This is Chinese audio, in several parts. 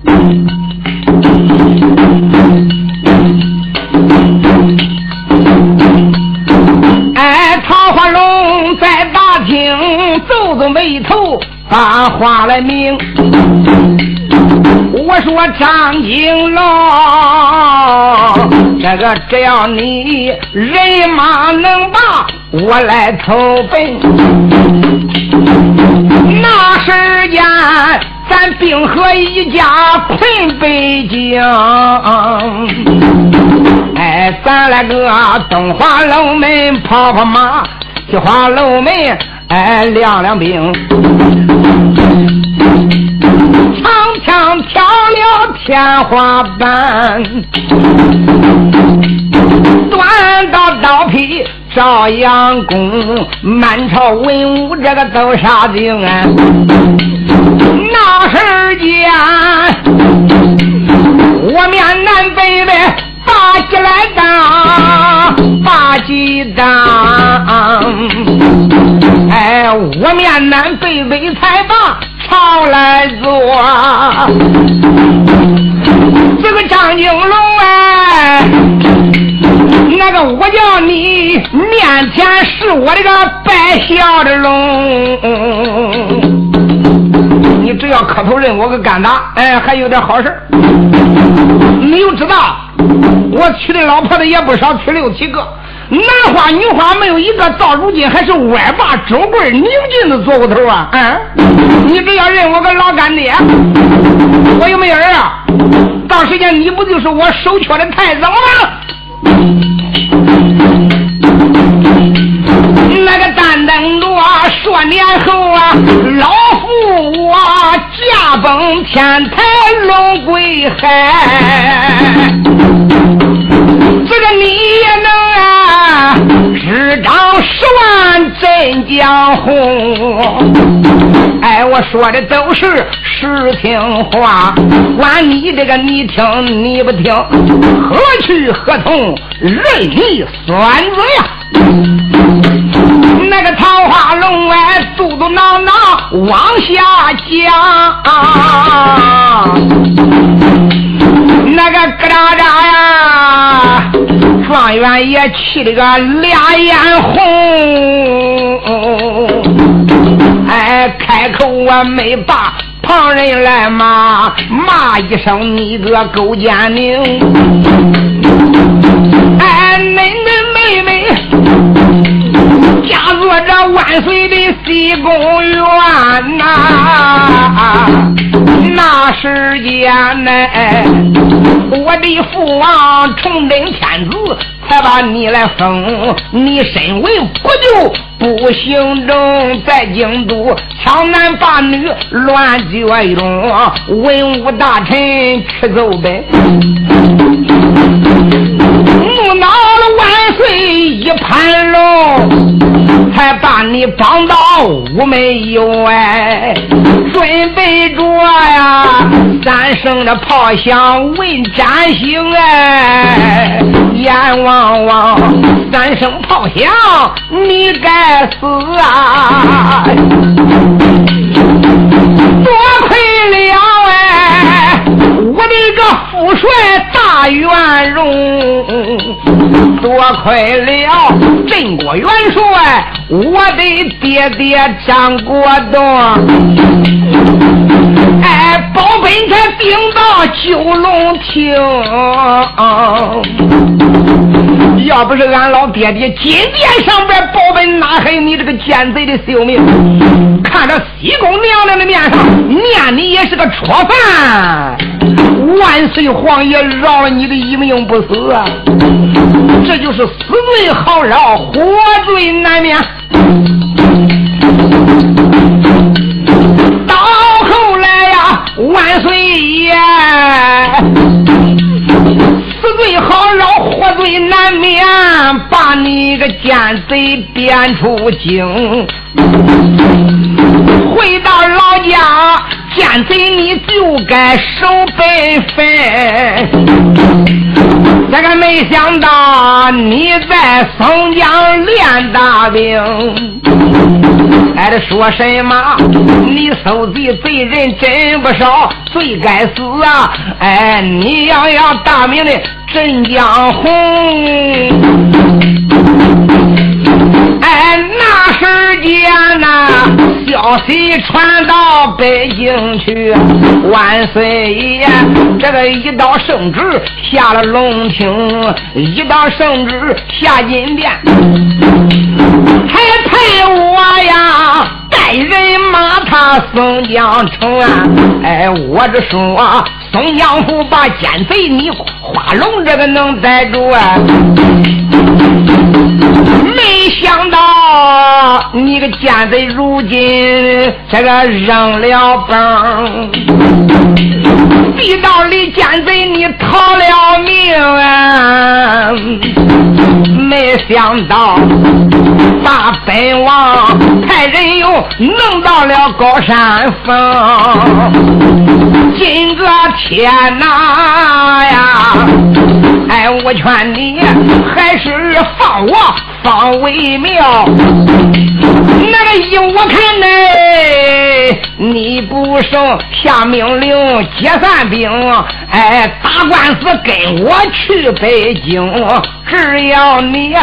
桃花龙在大厅皱皱眉头把话来明，我说张金龙，这个只要你人马能把我来投奔，那时间咱并河一家困北京，咱来个东华楼门跑跑马，西华楼门亮亮兵，长枪挑了天花板，端到刀劈照阳宫，满朝文武这个都杀精那时间我面南北的把起来当把鸡当我面南北北才把朝来做，这个张景龙那个我叫你面前是我这个白笑的龙，你只要磕头认我个干打，还有点好事。你又知道我娶的老婆的也不少，娶6、7个，男花女花没有一个到如今还是歪把周棍拧劲的做过头啊！你只要认我个老干爹，我有没有人啊？到时间你不就是我手缺的太早了？那个单等着说年后老夫我驾崩天台龙归海，这个你也能执掌10万真江红，我说的都是实情话，管你这个你听你不听，何去何从任你算子呀！那个桃花龙嘟嘟囔囔往下讲，那个咯哒哒呀，状元也气了个俩眼红，开口没把旁人来骂一声你个狗奸佞，恁妹妹家做这万岁的西宫院那时间我的父王重登天子才把你来封，你身为国舅不行中，在京都强男霸女乱绝用，文武大臣去奏本，怒恼了万岁一盘龙，才把你绑到午门游准备着呀3声的炮响问斩刑阎王王3声炮响你该死多亏了我的个父帅大元荣，多亏了镇国元帅我的爹爹张国栋，保本才顶到九龙亭，要不是俺老爹爹金殿上边保本，哪还有你这个奸贼的性命？看着西宫娘娘的面上念你也是个戳犯，万岁皇爷饶了你的一命不死啊！这就是死罪好饶，活罪难免。到后来呀，万岁爷死罪好饶，活罪难免，把你个奸贼贬出京，回到老家见奸贼你就该守本分。这个没想到你在松江练大兵，哎，这说什么？你搜集贼人真不少，罪该死啊！哎，你要大名的镇江红。哎，那时间呐，消息传到北京去，万岁爷这个一道圣旨下了龙庭，一道圣旨下金殿，还配我呀带人马他松江城啊！哎，我这说松江府把奸贼你花龙这个能逮住啊！没想到你个奸贼如今这个扔了崩，地道里奸贼你逃了命啊！没想到把本王派人又弄到了高山峰，今个天哪呀！哎，我劝你还是放我方为妙。那个依我看呢，你不胜下命令解散兵，哎，打官司跟我去北京，只要你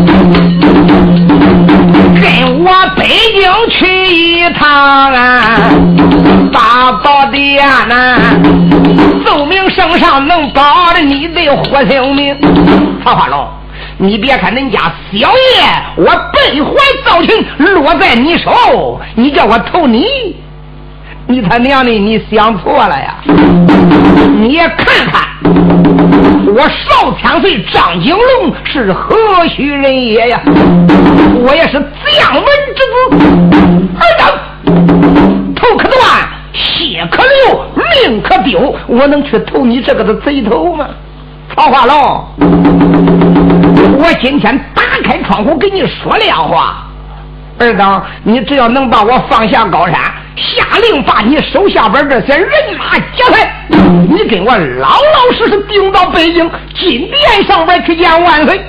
跟我北京去一趟啊，把宝殿呐奏明圣上，能保着你的活性命。曹花龙，你别看人家小爷我背怀造情落在你手，你叫我投你，你他娘的你想错了呀！你也看看我少枪岁张景龙是何许人也呀？我也是将门之子，儿等头可断，血可流，命可丢，我能去投你这个的贼头吗？曹花龙，我今天打开窗户跟你说亮话，二等，你只要能把我放下高山，下令把你手下边这些人马解散，你跟我老老实实顶到北京金殿上边去见万岁，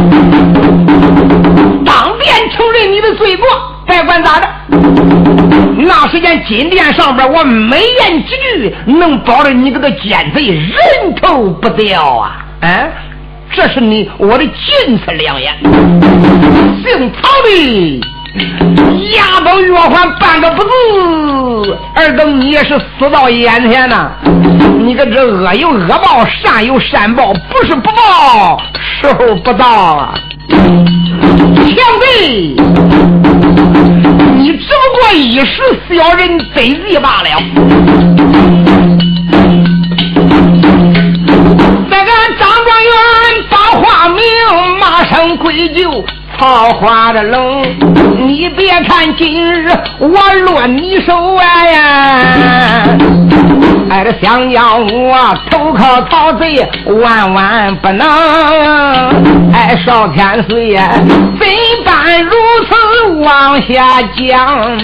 当面承认你的罪过，别管咋着。那时间金殿上边我美言几句，能保证你这个奸贼人头不掉啊！这是我的金丝良言。姓曹的牙崩月环半个不字，二等你也是死到眼前呐！你个这恶有恶报，善有善报，不是不报，时候不到啊！强贼，你只不过一时小人得罪罢了。这个张状元把话明，马上归咎曹花的龙。你别看今日我落你手呀，哎，这想要我投靠曹贼，万万不能。哎，少天岁呀，怎般如此往下讲？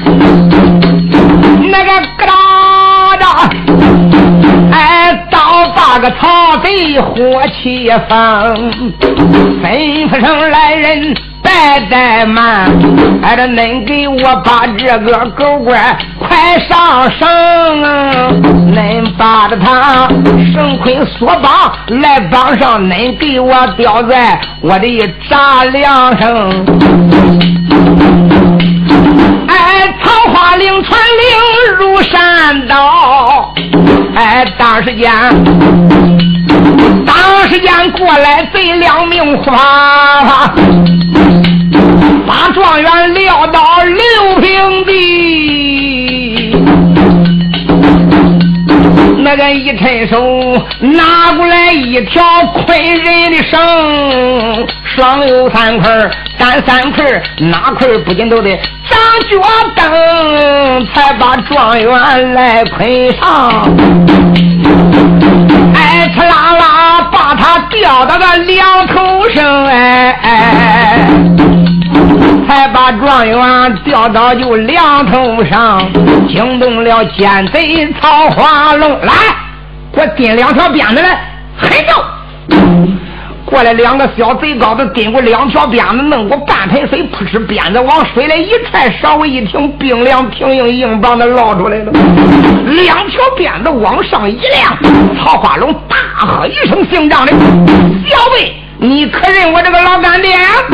那个咯哒哒，哎，到把个曹贼火气放，吩咐声来人带带慢，哎，这恁给我把这个狗官快上绳，恁把着他绳捆索绑来绑上，恁给我吊在我的栅梁上。哎，桃花岭传令如山倒，哎，当时间过来贼两命花，把状元撂到六平地，那个一伸手拿过来一条捆人的绳，双有三块，单三块，哪块不仅都得长脚蹬，才把状元来捆上。哎，哧啦啦把他吊到个两头上， 才把状元吊到就梁头上，惊动了奸贼曹花龙。来，给我钉2条鞭子来，嘿走！过来2个小贼高子，钉过2条鞭子，弄过半盆水，扑哧鞭子往水里一踹，稍微一挺，冰凉平硬硬棒的捞出来了。2条鞭子往上一亮，曹花龙大喝一声：“姓张的小辈，你可认我这个老干爹？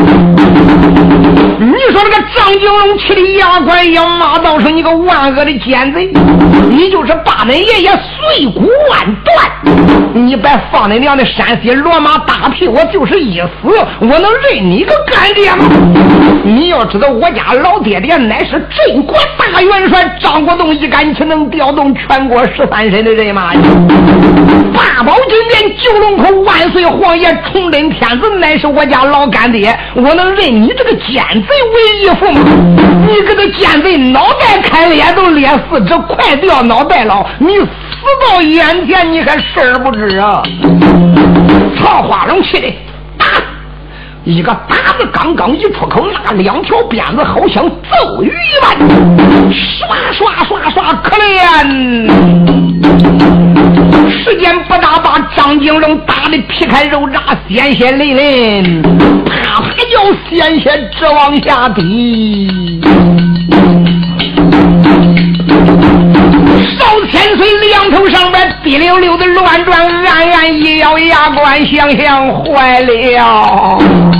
你说这个张景龙气的牙关要骂道是你个万恶的奸贼，你就是把恁爷爷碎骨万段，你别放你娘的山西骡马大屁，我就是一死，我能认你个干爹吗？你要知道我家老爹爹乃是镇国大元帅张国栋，一杆旗能调动全国13省的人马，八宝金殿九龙口万岁皇爷崇祯天子乃是我家老干爹，我能认你这个奸贼为义父吗？你这个奸贼脑袋开裂都裂4指，快掉脑袋了，你死到眼前你还事儿不知啊！曹花龙气的打，一个打字刚刚一出口，那2条鞭子好像骤雨一般，刷刷刷刷可怜。时间不大，把张景龙打得皮开肉绽，鲜血淋淋，啪啪叫鲜血直往下滴。少千岁2头上边滴溜溜的乱转，暗暗一咬牙关，想想坏了。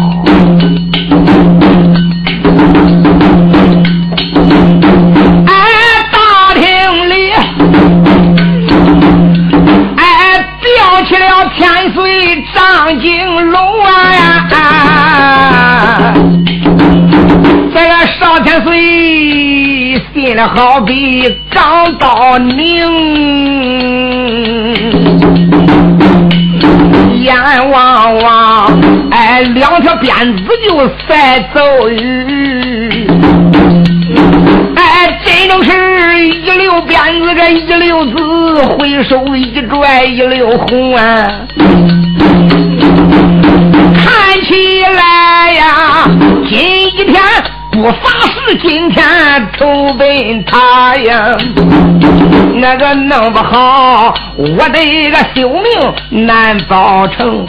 大厅里吊起了千岁张景龙这个少千岁心里好比钢刀拧，眼望望2条鞭子就赛走雨，真正是一溜鞭子这一溜子，回手一拽一溜红啊！看起来呀，今一天不发誓，今天投奔他呀！那个弄不好，我这个修命难保成。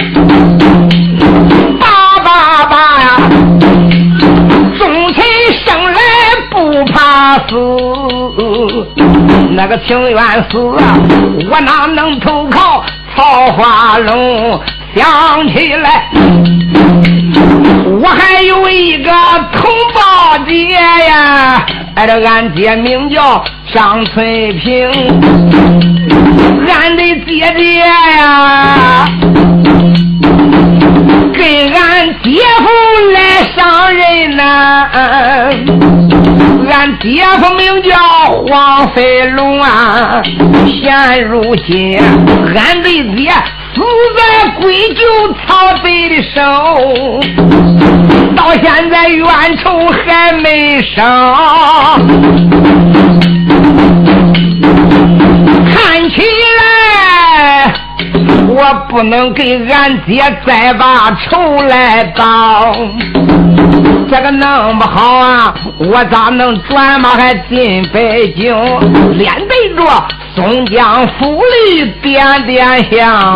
爸呀！终其生来不怕死，那个情愿死啊，我哪能投靠曹花龙？想起来，我还有一个同胞姐呀，这俺姐名叫张翠萍，俺的姐姐呀。跟俺姐夫来上任呐，俺姐夫名叫黄飞龙啊。现如今俺的姐死在归咎曹贼的手，到现在冤仇还没生。看起来我不能给俺姐再把仇来报，这个弄不好啊，我咋能转马还进北京，连对着松江府里点点香，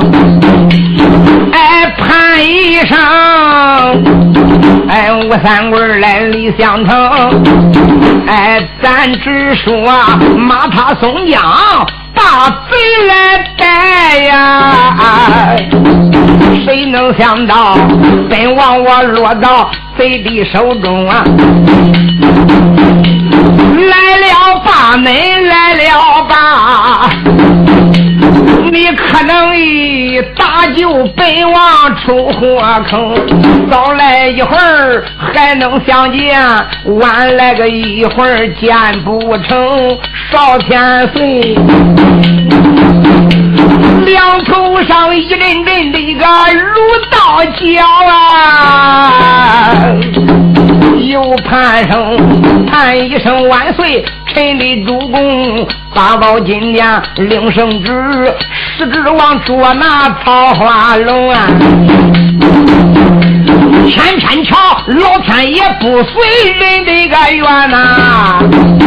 盼一声，吴三棍来李相城，咱只说马踏松江把贼来带呀，谁能想到本王我落到贼的手中啊，来了吧恁来了吧，你可能一打救本王出火坑，早来一会儿还能相见，晚来个一会儿见不成。少千岁两头上一阵阵的一个如刀绞啊，又盼声叹一声万岁，臣的主公八宝金殿领圣旨，实指望捉拿曹花龙啊。 天天瞧老天爷不随人这个愿呐，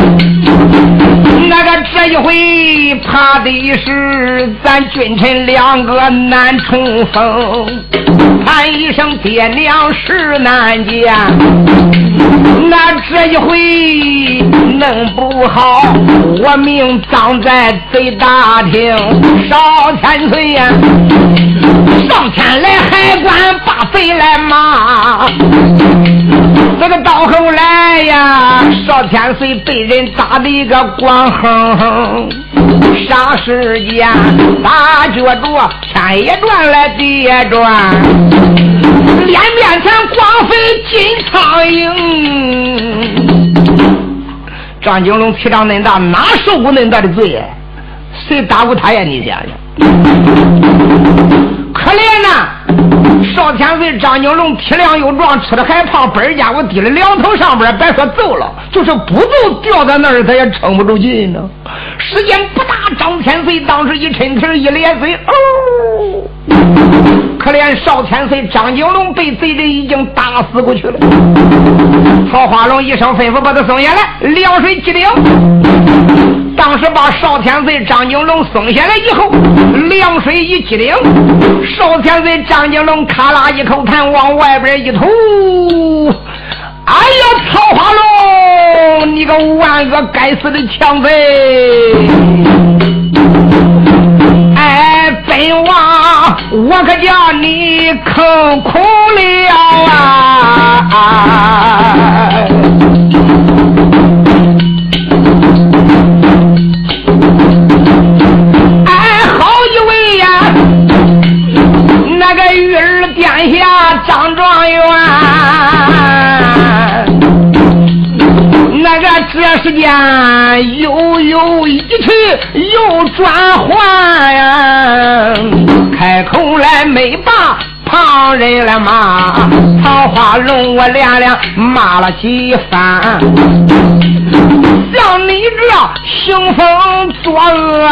那个这一回怕的是咱君臣两个难重逢，喊一声爹娘实难见，那这一回弄不好我命葬在贼大厅。少千岁呀，上天来海关把贼来骂，这个到后来呀，少千岁被人打的一个光哼哼，啥时间大觉着天也转来地也转，脸面前光飞金苍蝇。张景龙气长恁大，哪受过恁大的罪？谁打过他呀？你想想，可怜呐！少千岁张景龙体量又壮，吃的还胖，本家我低了两头上边，别说走了，就是不走掉在那儿，他也撑不住劲呢。时间不大，张千岁当时一抻皮一咧嘴，可怜少千岁张景龙被贼人已经打死过去了。曹花龙一声吩咐把他送下来，凉水激灵。当时把少千岁张景龙送下来以后，凉水一激灵，少千岁张景龙咔啦一口痰往外边一吐，哎呀，曹花龙，你个万恶该死的强贼！哎，本王我可叫你坑苦了啊！哎，好一位呀，那个玉儿殿下张状元，那个这时间又一去又转换呀，开口来没把旁人来骂，曹花龙我连连骂了几番，像你这兴风作恶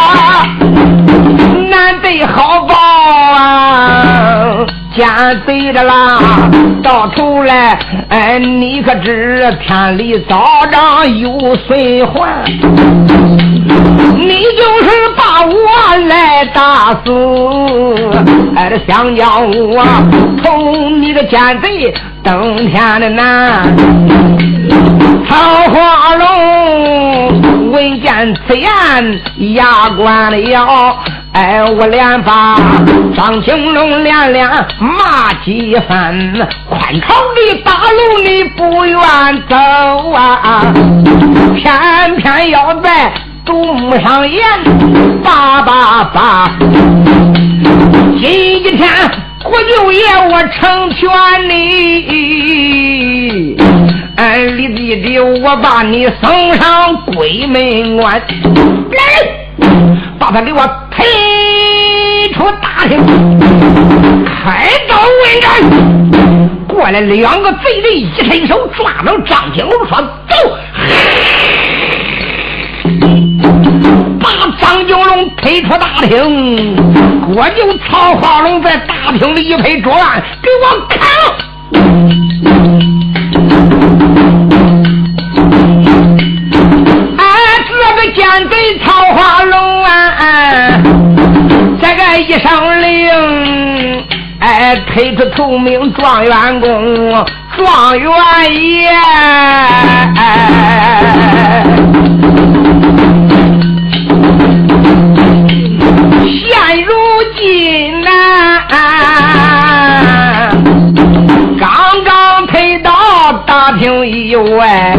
难得好报啊，奸贼的啦，到头来哎，你可知天理早长有随还，你就是把我来打死，哎，这想将我从你的奸贼登天的难。曹花龙闻见此言牙关了腰，哎，我连把张青龙连连骂几番，宽敞的大路你不愿走啊，偏偏要在独木上演888，今天国舅爷我成全你，李弟弟我把你送上鬼门关，来，把他给我推出大厅，开刀问斩。过来两个贼人一伸手抓住张景龙说走，把张景龙推出大厅，我就曹花龙在大厅里一拍桌案，给我砍！这个奸贼曹花龙啊，这个一声令，哎，推出头名状元公状元爷，现如今刚刚推到大厅以外，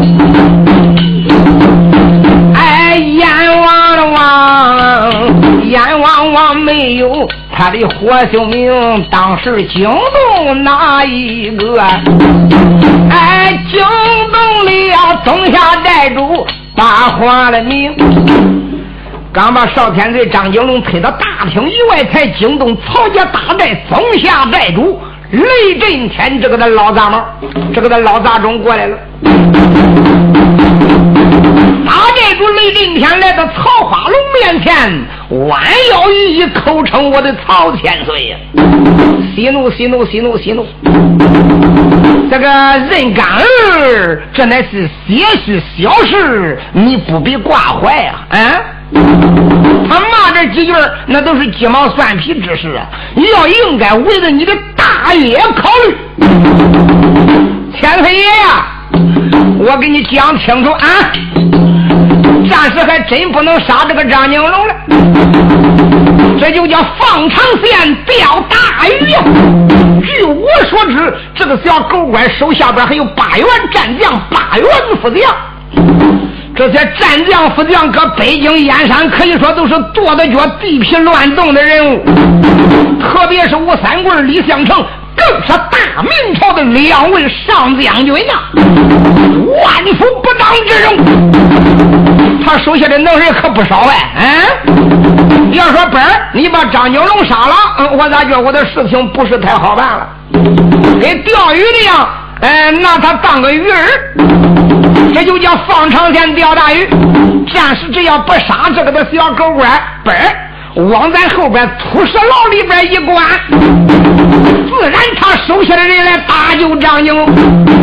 阎王没有他的活秀名，当时惊动哪一个？哎，惊动了宗下寨主把花了名。刚把少天贼张景龙推到大厅以外，才惊动曹家大寨宗下寨主雷震天这个的老杂毛，这个的老杂种过来了。大寨主雷震天来到曹花龙面前弯腰予以口称我的曹千岁呀！息怒息怒息怒息怒！这个任干儿，这乃是些许小事，你不必挂怀啊！他骂这几句那都是鸡毛蒜皮之事啊！你要应该为了你的大业考虑。千岁爷呀，我给你讲清楚啊！暂时还真不能杀这个张景龙了，这就叫放长线钓大鱼呀！据我所知，这个小狗官手下边还有8员战将、8员副将，这些战将副将搁北京燕山可以说都是跺着脚地皮乱动的人物，特别是吴三桂、李相成，更是大明朝的2位上将军呐，万夫不当之荣。他手下的能人可不少要说本儿你把张景龙杀了，我咋觉得我的事情不是太好办了，跟钓鱼那样拿他当个鱼儿，这就叫放长线钓大鱼。暂时只要不杀这个的小狗官，本儿往咱后边土石牢里边一关，自然他手下的人来搭救张景龙。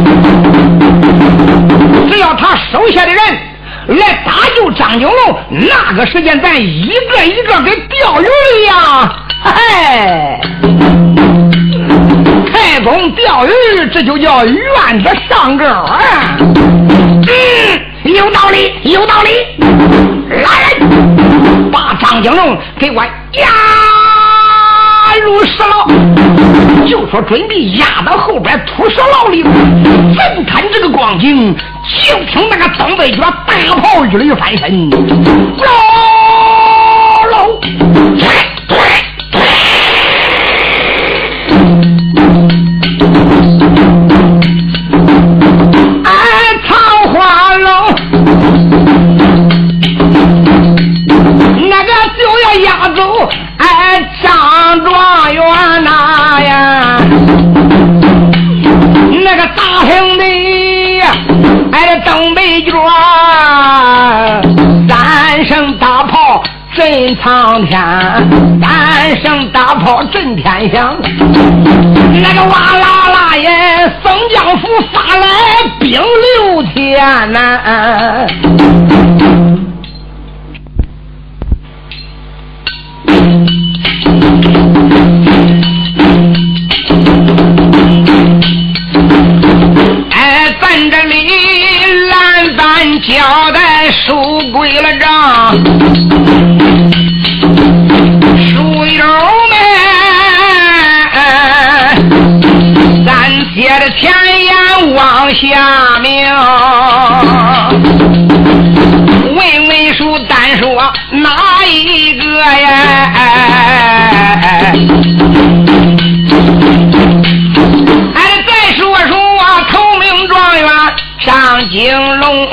只要他手下的人来搭救张景龙，那个时间咱一个一个给钓鱼一样，开工钓鱼，这就叫愿者上钩啊！有道理，有道理。来人，把张景龙给我押入石牢，就说准备押到后边土石牢里。正看这个光景，就听那个东北角大炮一雷翻身，喽，桃花楼那个就要押走张状元呐呀，那个大兄弟东北角3声大炮震苍天，3声大炮震天响，那个哇啦啦耶，宋江府发来兵6天呐。咱这里蓝咱交代书归了账，书友们，咱接着前言往下明，问书单说哪一个呀？再说头名状元张景龙，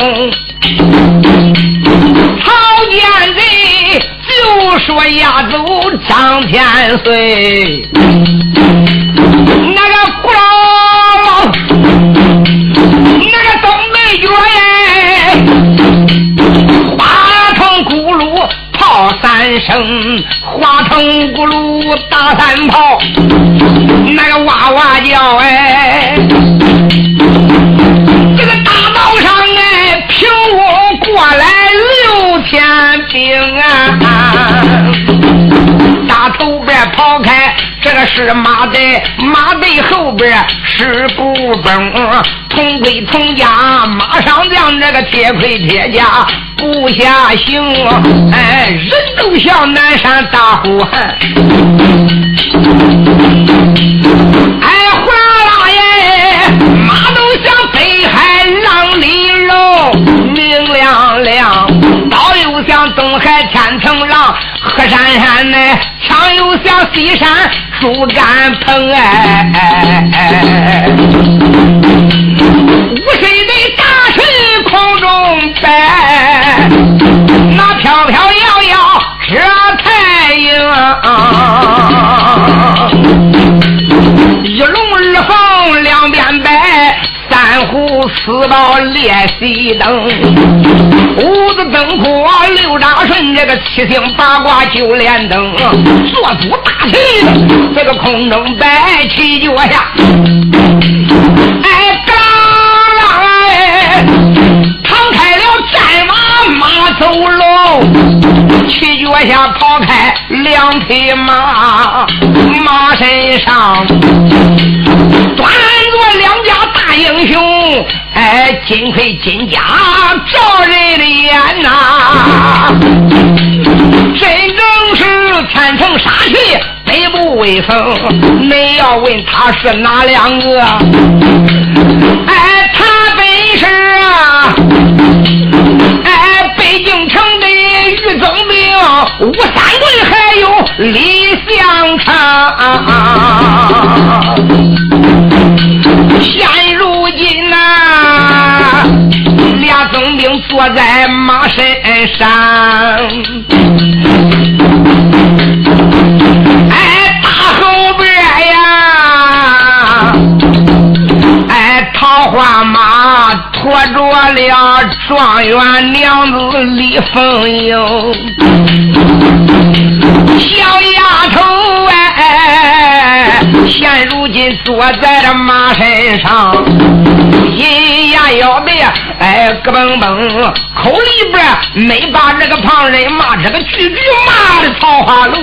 曹建贼就说押走张天岁，那个古老那个东北角花筒咕噜炮3声，花筒咕噜打3炮，那个哇哇叫这个大道上平我过来6千兵啊，大头边跑开，这个是马队，马队后边是步崩，同归同家，马上将这个铁盔铁甲不下行，人都像南山大呼喊，胡老爷马都像北海浪里肉，明亮亮，刀又像东海天成浪，河山山枪又像西山树干棚无水的大锤空中摆，那飘飘摇摇是太阳，一龙2凤2边摆，3虎此报列西灯，五子灯火六大顺，这个七星八卦九连灯，做主大旗的这个空中摆起脚下，哎嘎啦哎，趟开了战马马走龙，七脚下跑开两匹马，马身上端着两家大英雄，哎，金盔金甲照人的眼呐，真正是天成杀气，北部威风。你要问他是哪两个？哎，他本是啊，哎，北京城的御总兵吴三桂，还有李相长。现如今呐，俩总兵坐在马身上，哎，大后边呀，哎，桃花马驮着了状元娘子李凤英，小丫头哎，现如今坐在这马身上，银牙咬的哎咯嘣嘣，口里边没把这个旁人骂，这个句句骂的桃花龙，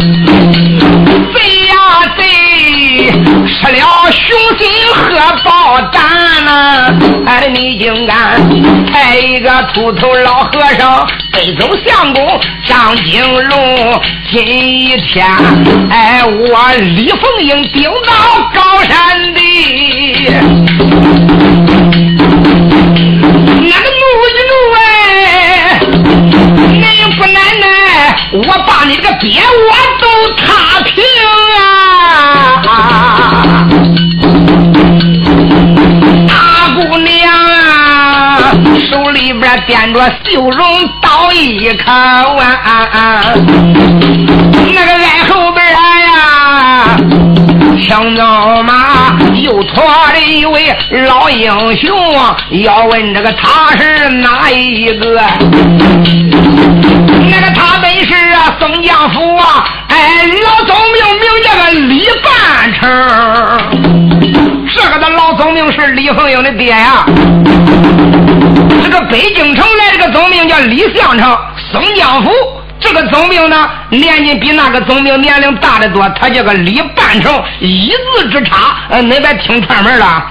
贼呀贼，吃了雄心和豹胆呐！哎，你竟敢派一个秃头老和尚背走相公张景龙，今一天哎，我李凤英顶到高山地，那个怒一怒哎，你不奶奶，我把你这个鳖窝都踏平啊！大姑娘啊，手里边掂着绣绒刀一口啊，那个在后边呀，听到吗？又拖着一位老英雄，要问这个他是哪一个？那个他本是啊宋江府啊，哎，老总兵名叫个李半成，这个的老总兵是李凤英的爹呀。这个北京城来这个总兵叫李相成，宋江府这个总兵呢，年纪比那个总兵年龄大得多，他叫个李半成，一字之差，那边听串门了。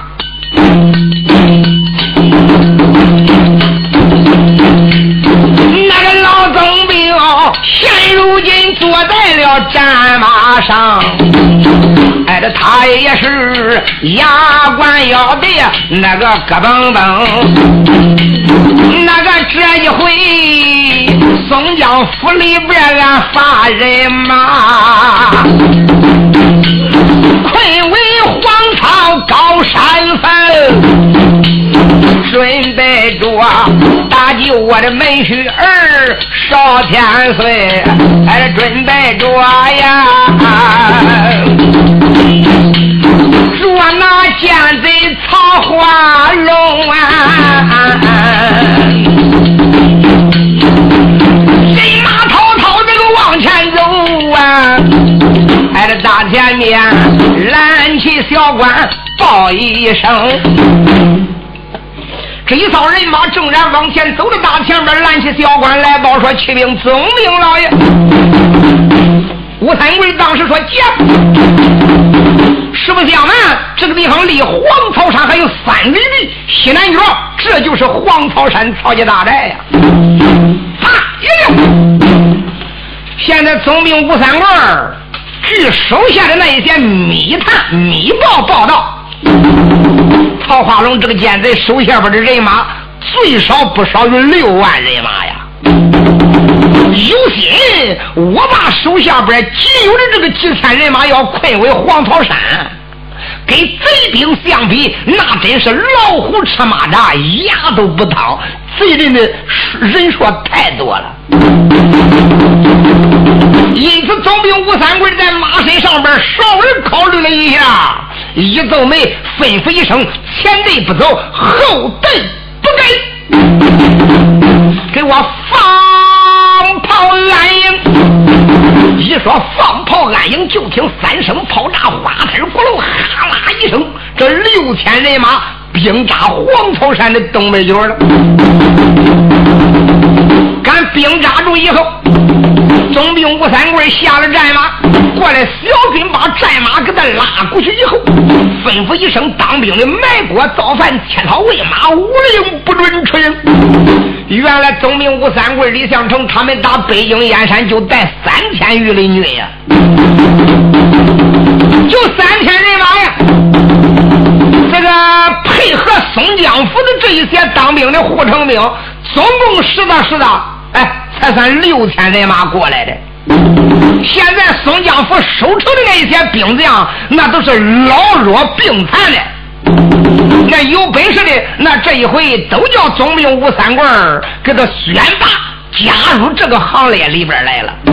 那个老总兵现如今坐在了战马上，哎，这他也是牙关咬的那个咯嘣嘣，那个这一回宋江府里边俺发人马，困为黄草高山坟，准备着搭救我的门婿儿少天岁，还是准备着呀，捉那奸贼曹花龙啊，人马滔滔这个往前走啊，挨着大前面拦起小官报一声，这一扫人马正然往前走，的大前边拦起小官来报说：启禀总兵老爷。吴三桂当时说：驾！实不相瞒，这个地方离黄草山还有3里地，西南角这就是黄草山曹家大寨呀。现在总兵吴三桂据手下的那一些密探密报报道，曹化龙这个奸贼手下边的人马最少不少于6万人马呀。有心我把手下边仅有的这个几千人马要困为黄草山，跟贼兵相比，那真是老虎吃蚂蚱，牙都不烫，贼人的人数太多了。 因此总兵吴三桂在马身上边稍微考虑了一下，一皱眉，吩咐一声：前队不走，后队不给，给我放炮安营。一说放炮安营，就听三声炮炸，花盆咕噜，哈啦一声，这6000人马兵扎黄草山的东北角了。赶兵扎住以后，总兵吴三桂下了战马，过来小军把战马给他拉过去以后，吩咐一声：当兵的埋锅造饭，切草喂马，无令不准出营。原来总兵吴三桂、李相成他们打北京燕山就带3000余的女呀，就3000人马呀。这个配合松江府的这一些当兵的护城兵，总共实打才算6000人马过来的。现在松江府守城的那些兵将，那都是老弱病残的，那有本事的，那这一回都叫总兵吴三桂给他选拔加入这个行列里边来了。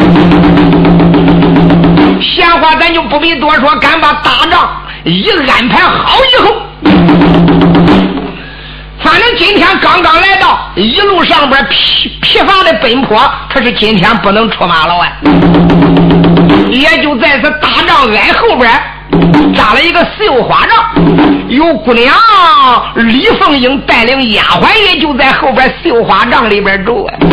闲话咱就不必多说，赶把大仗一安排好以后，反正今天刚刚来到，一路上边疲乏的奔波，可是今天不能出马了啊！也就在这大帐挨后边扎了一个绣花帐，有姑娘李凤英带领丫鬟，也就在后边绣花帐里边住啊。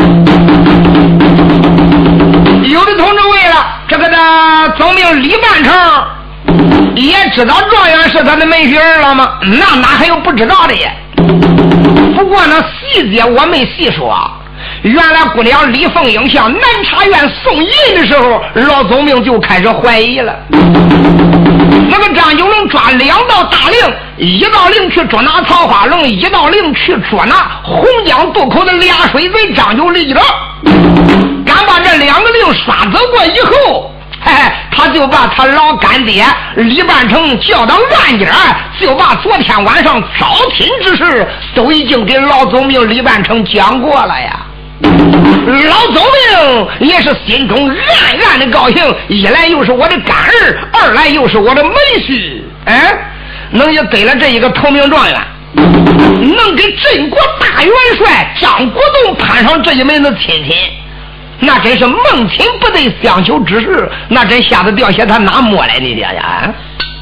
有的同志为了这个的总兵李半成，也知道状元是他的门婿儿了吗？那哪还有不知道的呀？不过呢，细节我没细说。原来姑娘李凤英向南茶院送银的时候，老总兵就开始怀疑了。那个张九龙抓2道大令，一道令去捉拿曹花龙，一道令去捉拿洪江渡口的俩水贼张九力了。敢把这2个令刷走过以后，他就把他老干爹李半成叫到案间，就把昨天晚上招亲之事都已经给老总兵李半成讲过了呀。老总兵也是心中暗暗的高兴，一来又是我的干儿，二来又是我的门婿，能也得了这一个头名状元，能给镇国大元帅张国栋攀上这一门子亲戚，那真是梦亲不得相求之事，那真吓得掉血，他哪摸来的呀？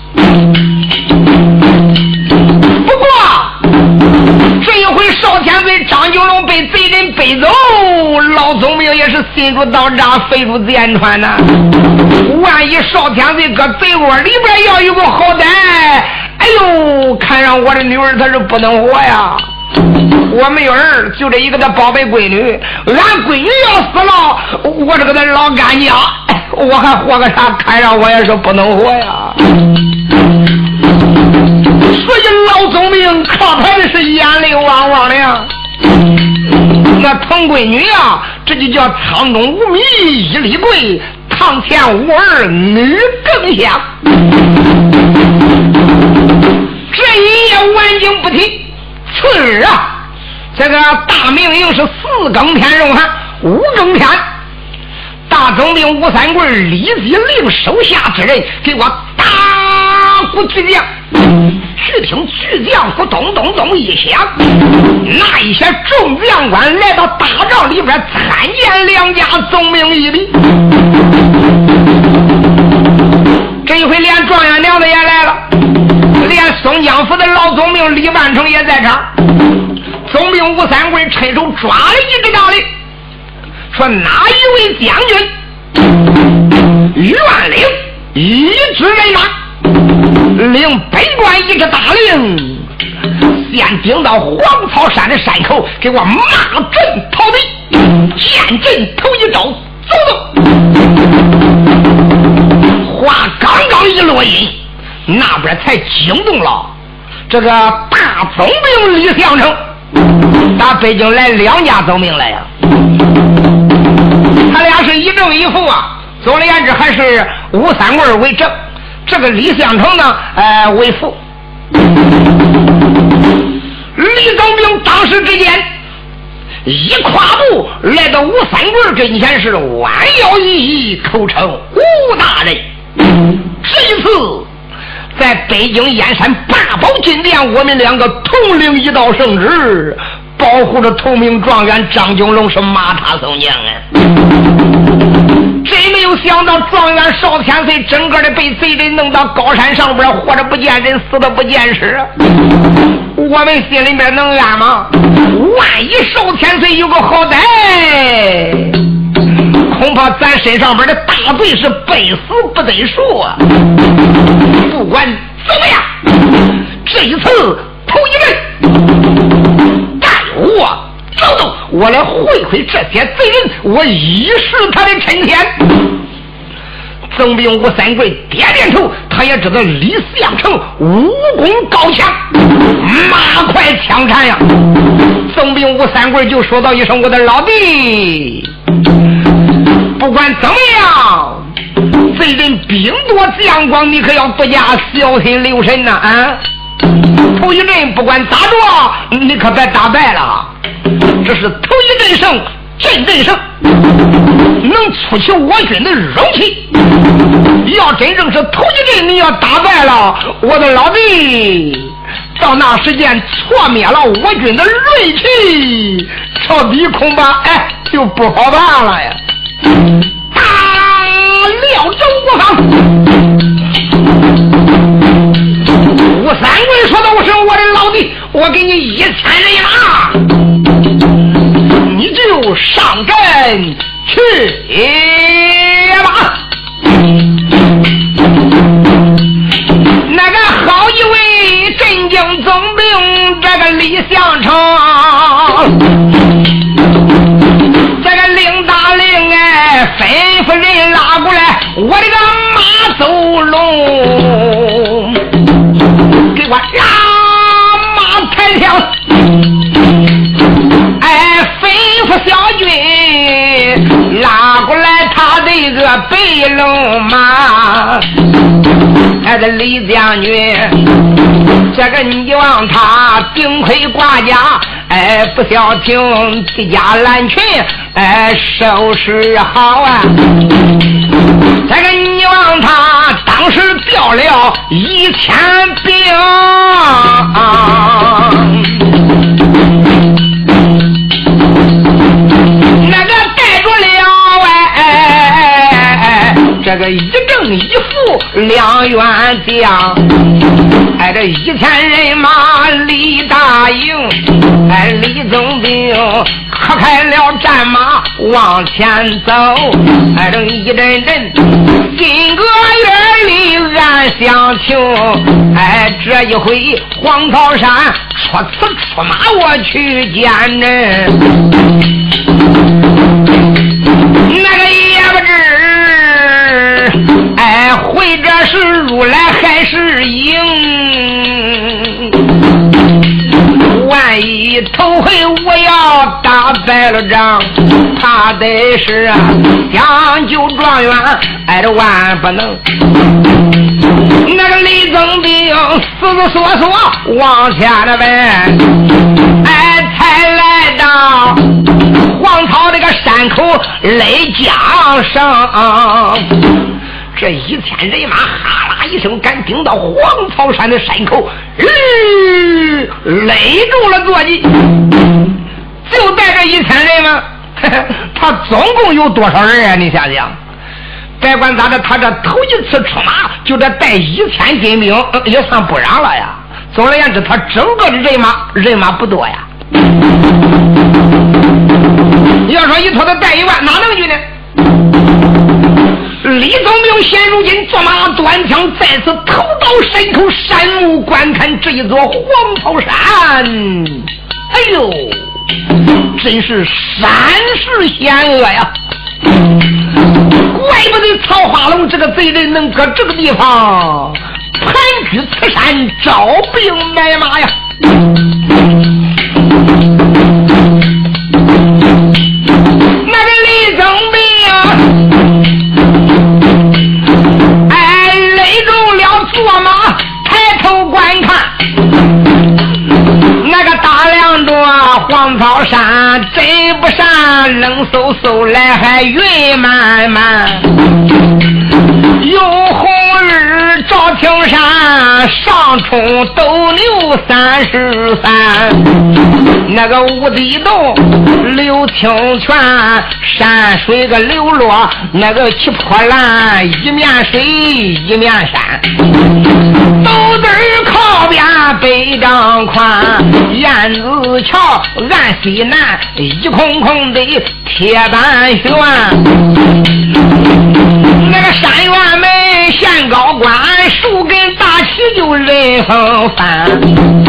不过这一回少天贼张九龙被贼人背走，老总兵也是心如刀扎，肺如剑穿呐。万一少天贼搁贼窝里边要有个好歹，哎呦，看上我的女儿他是不能活呀。我没有儿，就这一个他宝贝闺女，俺闺女要死了，我这个他老干家，我还活个啥？看上我也是不能活呀。所以老总兵靠他的是眼泪汪汪的呀。那疼闺女啊，这就叫仓中无米一粒贵，堂前无儿女更香。这一夜晚景不提，次日啊，这个大明营是4更天入寒，5更天，大总兵吴三桂立即令手下之人给我打鼓巨将。只听巨将鼓咚咚咚一响，那一些众将官来到大帐里边，参见2家总兵一礼。这一回连状元娘子也来了，连松江府的老总兵李万成也在场。总兵吴三桂伸手抓了一个大令，说哪一位将军愿领一支人马，领本官一支大令，先顶到黄草山的山口，给我马阵逃避，见阵头一招，走走。话刚刚一落音，那边才惊动了这个大总兵李相成。打北京来2家总兵来呀，他俩是一正一负啊。总而言之，还是吴三桂为正，这个李相成呢，为副。李总兵当时之间一跨步来到吴三桂跟前，是弯腰一一口称吴大人。这一次在北京燕山八宝金殿，我们两个统领一道圣旨，保护着同名状元张九龙是马踏松将啊！真没有想到状元少千岁整个的被贼人弄到高山上边，活着不见人，死的不见尸。我们心里面能安吗？万一少千岁有个好歹，恐怕咱身上边的大罪是背死不得数啊！不管怎么样，这一次头一任带我走走，我来会会这些贼人，我以示他的臣前。总兵吴三桂点点头，他也知道李四阳城武功高强，马快枪缠呀。总兵吴三桂就说道一声：“我的老弟，不管怎么样，贼人兵多将广，你可要多加小心留神呐！啊，头一阵不管咋着，你可别打败了。这是头一阵胜，真阵胜，能促起我军的荣气。要真正是头一阵，你要打败了，我的老弟，到那时间挫灭了我军的锐气，彻底恐怕就不好办了呀！大辽州国防，吴三桂说的我是我的老弟，我给你1000人马，你就上阵去吧。那个好一位镇京总兵，这个李相成，这个令大令吩咐人拉过来我这个马走龙，给我拉马抬枪，吩咐小军拉过来他的一个白龙马。这李将军，这个你望他顶盔挂甲，不消停，披甲蓝裙，收拾好啊。这个你望他当时调了1000兵，那个带着了这个一正一负2员将，这1000人马李大营，李总兵可开了战马往前走，这一阵阵金戈月里暗相求，这一回黄草山出此出马我去见人，那个也不知会这是入来还是赢，万一头回我要打败了仗，他得是将就状元这万不能。那个李总兵思索索往下的奔，才来到黄草这个山口垒江上，这1000人马哈啦一声赶顶到黄草山的山口，勒住了坐骑。就带着1000人吗？他总共有多少人啊？你想想，别管咋的，他这头一次出马就得带1000精兵，也算不让了呀。总而言之，他整个的人马不多呀。要说一拖他带1万，哪能去呢？李总兵现如今坐马端枪，再次投到山口，山目观看这一座黄草山。哎呦，真是山势险恶呀！怪不得曹化龙这个贼人能搁这个地方盘踞此山，招兵买马呀！那个李总兵啊，勒住了坐马，抬头观看，那个大梁着黄草山，真不上，冷飕飕来还云漫漫。有红日照青山，上冲斗牛33。那个无底洞流清泉，山水个流落，那个起波澜，一面水一面山。斗子靠边北张宽，燕子桥岸西南，一空空的铁板悬。那个山院门县高官，树根大起就人风翻。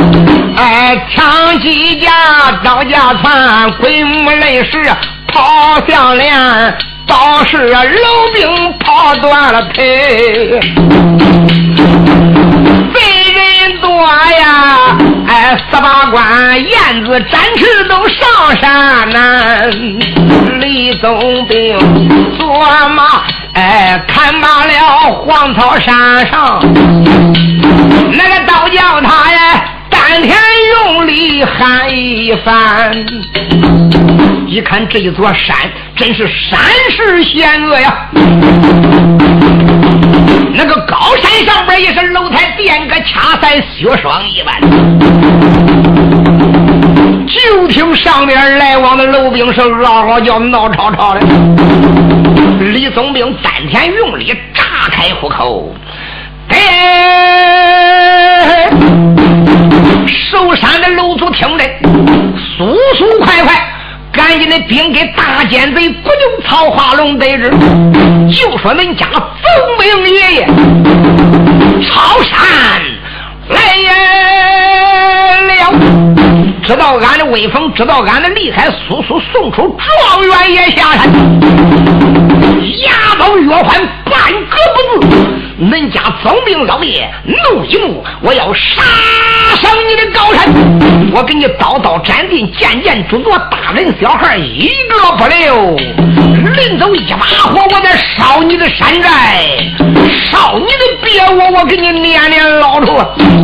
枪击架刀架船，鬼木雷石跑相连，倒是楼兵跑断了腿。贼人多呀，18关燕子展翅都上山南。李总兵坐马看罢了黄草山上，那个刀叫他呀丹田用力喊一番。一看这一座山真是山势险恶呀，那个高山上边也是楼台殿阁掐山雪霜一般。就听上面来往的楼兵是嗷嗷叫闹吵吵的。李总兵丹田用力炸开虎口，守山的楼主听着速速快快赶紧的兵给大奸贼不就曹化龙得知，就说恁家总兵爷爷朝山来了，知道俺的威风，知道俺的厉害，速速送出状元爷下山。牙高月环半个不字，恁家总兵老爷怒一怒，我要杀伤你的高山，我给你刀刀斩尽，件件诸多大人小孩一个不留，临走一把火我再烧你的山寨，烧你的别窝，我给你年年老出。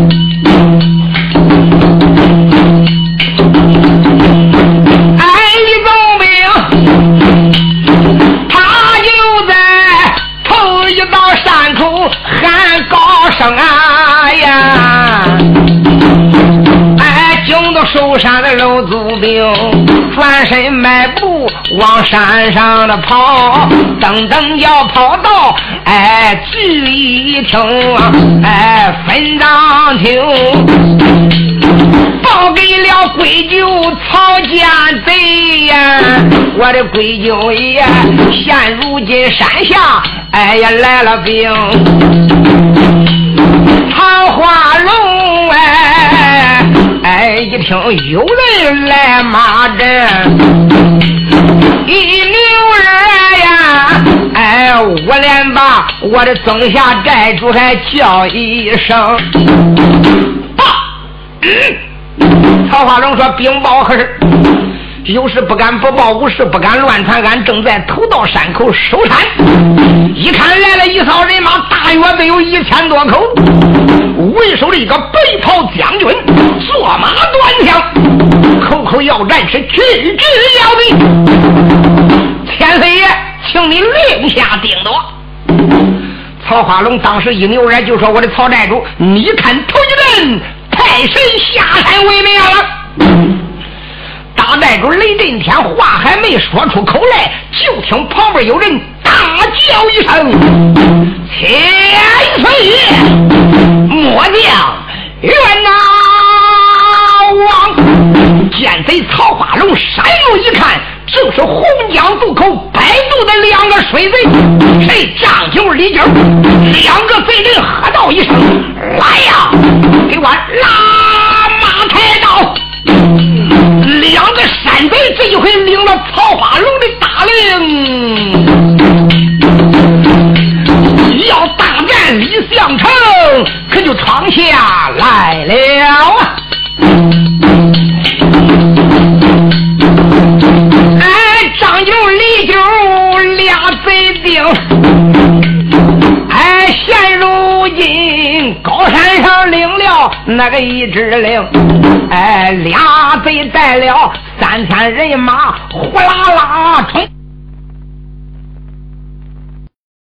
受伤的老祖兵转身迈步往山上的跑，等等要跑到聚义厅分当厅，报给了归咎曹家贼呀，我的归咎爷现如今山下也来了兵，曹化龙一听有人来马阵，一牛人呀我连把我的宗下寨主还叫一声报。曹化龙说禀报何事？有事不敢不报，无事不敢乱传，俺正在头道山口守山，一看来了一骚人马，大约得有1000多口，为首的一个白袍将军坐马端枪，口口要战，是句句要敌。千岁爷，请你令下定夺。曹化龙当时一扭然就说：“我的曹寨主，你看头一阵太神下山为命了。”大寨主雷震天话还没说出口来，就听旁边有人大叫一声：“千岁爷，末将冤枉！”奸贼曹化龙闪目一看，正是洪江渡口摆渡的2个水贼，谁张九李九，2个贼人喝道一声：“来呀，给我拉马开刀！”2个山贼这一回领了曹化龙的大令，要大战李相城，可就闯下来了啊！张九李九俩贼兵，现如今高山上领了那个一支令，俩贼带了3000人马，呼啦啦冲。